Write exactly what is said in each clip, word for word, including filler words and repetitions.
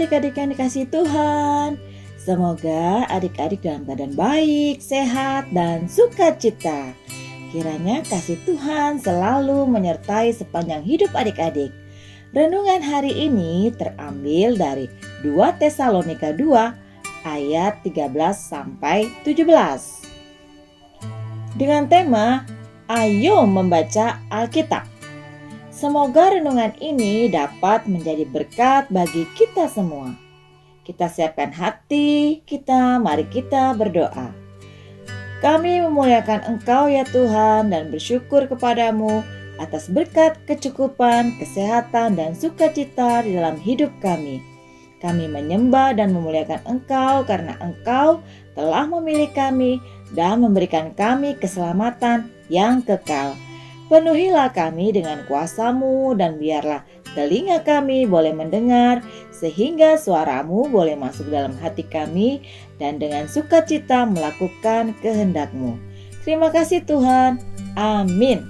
adik-adik yang dikasihi Tuhan. Semoga adik-adik dalam keadaan baik, sehat, dan sukacita. Kiranya kasih Tuhan selalu menyertai sepanjang hidup adik-adik. Renungan hari ini terambil dari dua Tesalonika dua ayat tiga belas sampai tujuh belas. Dengan tema, ayo membaca Alkitab. Semoga renungan ini dapat menjadi berkat bagi kita semua. Kita siapkan hati kita, mari kita berdoa. Kami memuliakan Engkau ya Tuhan dan bersyukur kepadamu atas berkat kecukupan, kesehatan, dan sukacita di dalam hidup kami. Kami menyembah dan memuliakan Engkau karena Engkau telah memilih kami dan memberikan kami keselamatan yang kekal. Penuhilah kami dengan kuasa-Mu dan biarlah telinga kami boleh mendengar sehingga suara-Mu boleh masuk dalam hati kami dan dengan sukacita melakukan kehendak-Mu. Terima kasih Tuhan. Amin.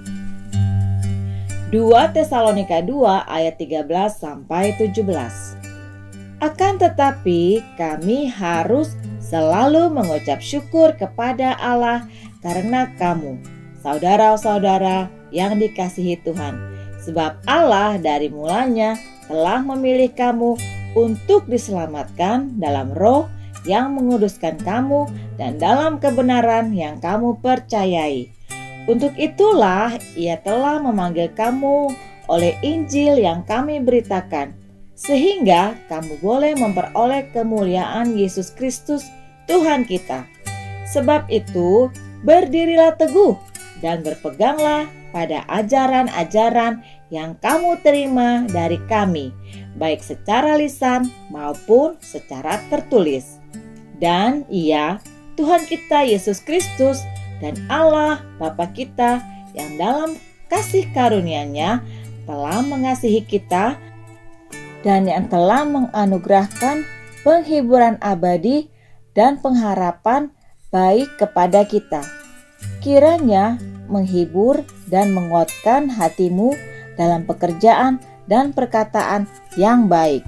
dua Tesalonika dua ayat tiga belas sampai tujuh belas. Akan tetapi kami harus selalu mengucap syukur kepada Allah karena kamu, saudara-saudara yang dikasihi Tuhan, sebab Allah dari mulanya telah memilih kamu untuk diselamatkan dalam roh yang menguduskan kamu dan dalam kebenaran yang kamu percayai. Untuk itulah Ia telah memanggil kamu oleh Injil yang kami beritakan, sehingga kamu boleh memperoleh kemuliaan Yesus Kristus Tuhan kita. Sebab itu, berdirilah teguh dan berpeganglah pada ajaran-ajaran yang kamu terima dari kami, baik secara lisan maupun secara tertulis. Dan Ia, Tuhan kita Yesus Kristus dan Allah Bapa kita yang dalam kasih karunia-Nya telah mengasihi kita dan yang telah menganugerahkan penghiburan abadi dan pengharapan baik kepada kita. Kiranya menghibur dan menguatkan hatimu dalam pekerjaan dan perkataan yang baik.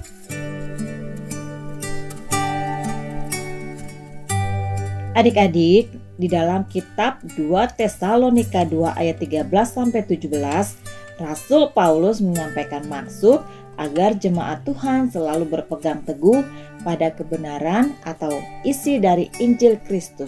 Adik-adik, di dalam kitab dua Tesalonika dua ayat tiga belas sampai tujuh belas, Rasul Paulus menyampaikan maksud agar jemaat Tuhan selalu berpegang teguh pada kebenaran atau isi dari Injil Kristus.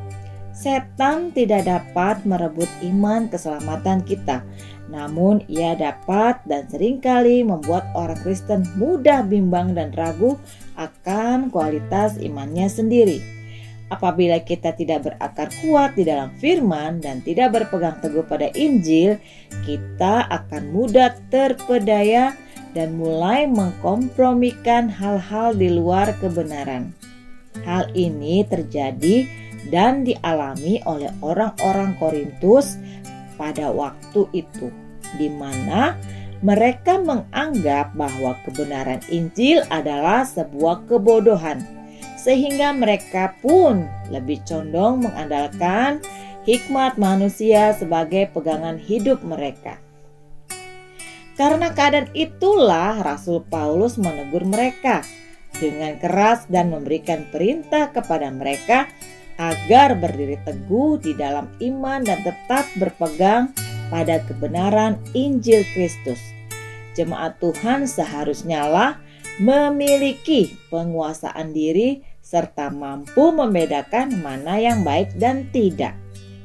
Setan tidak dapat merebut iman keselamatan kita, namun ia dapat dan seringkali membuat orang Kristen mudah bimbang dan ragu akan kualitas imannya sendiri. Apabila kita tidak berakar kuat di dalam firman dan tidak berpegang teguh pada Injil, kita akan mudah terpedaya dan mulai mengkompromikan hal-hal di luar kebenaran. Hal ini terjadi dan dialami oleh orang-orang Korintus pada waktu itu, di mana mereka menganggap bahwa kebenaran Injil adalah sebuah kebodohan, sehingga mereka pun lebih condong mengandalkan hikmat manusia sebagai pegangan hidup mereka. Karena keadaan itulah Rasul Paulus menegur mereka dengan keras dan memberikan perintah kepada mereka agar berdiri teguh di dalam iman dan tetap berpegang pada kebenaran Injil Kristus. Jemaat Tuhan seharusnya lah memiliki penguasaan diri serta mampu membedakan mana yang baik dan tidak.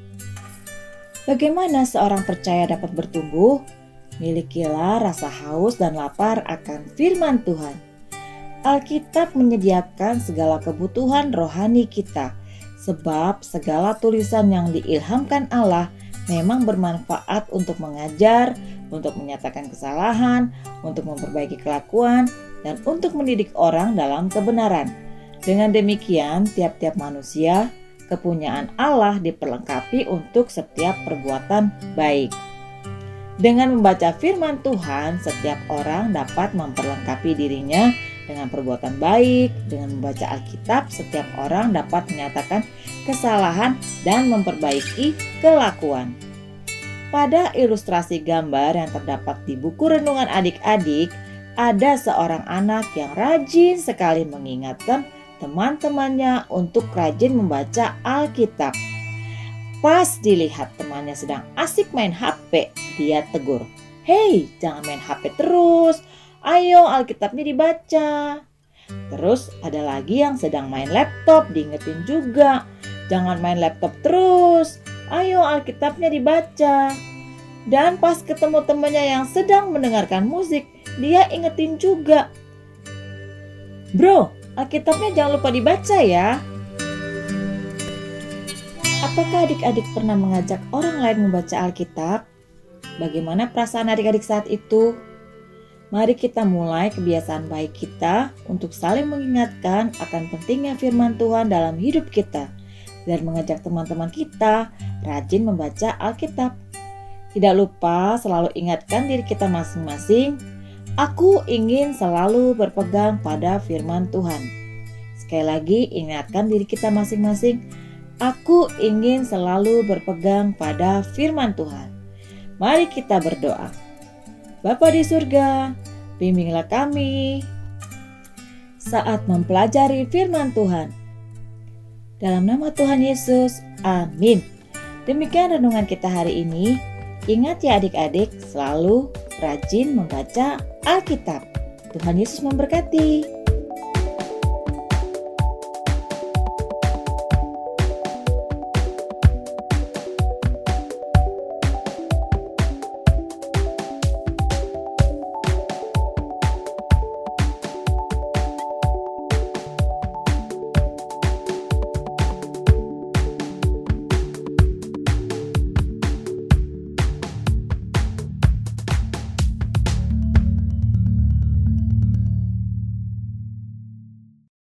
Bagaimana seorang percaya dapat bertumbuh? Milikilah rasa haus dan lapar akan firman Tuhan. Alkitab menyediakan segala kebutuhan rohani kita, sebab segala tulisan yang diilhamkan Allah memang bermanfaat untuk mengajar, untuk menyatakan kesalahan, untuk memperbaiki kelakuan, dan untuk mendidik orang dalam kebenaran. Dengan demikian, tiap-tiap manusia, kepunyaan Allah diperlengkapi untuk setiap perbuatan baik. Dengan membaca firman Tuhan, setiap orang dapat memperlengkapi dirinya dengan perbuatan baik. Dengan membaca Alkitab, setiap orang dapat menyatakan kesalahan dan memperbaiki kelakuan. Pada ilustrasi gambar yang terdapat di buku renungan adik-adik, ada seorang anak yang rajin sekali mengingatkan teman-temannya untuk rajin membaca Alkitab. Pas dilihat temannya sedang asik main H P, dia tegur, "Hei, jangan main H P terus. Ayo Alkitabnya dibaca." Terus ada lagi yang sedang main laptop, diingetin juga, "Jangan main laptop terus. Ayo Alkitabnya dibaca." Dan pas ketemu temannya yang sedang mendengarkan musik, dia ingetin juga, "Bro, Alkitabnya jangan lupa dibaca ya." Apakah adik-adik pernah mengajak orang lain membaca Alkitab? Bagaimana perasaan adik-adik saat itu? Mari kita mulai kebiasaan baik kita untuk saling mengingatkan akan pentingnya firman Tuhan dalam hidup kita dan mengajak teman-teman kita rajin membaca Alkitab. Tidak lupa selalu ingatkan diri kita masing-masing, aku ingin selalu berpegang pada firman Tuhan. Sekali lagi ingatkan diri kita masing-masing, aku ingin selalu berpegang pada firman Tuhan. Mari kita berdoa. Bapa di surga, bimbinglah kami saat mempelajari firman Tuhan. Dalam nama Tuhan Yesus, amin. Demikian renungan kita hari ini. Ingat ya adik-adik, selalu rajin membaca Alkitab. Tuhan Yesus memberkati.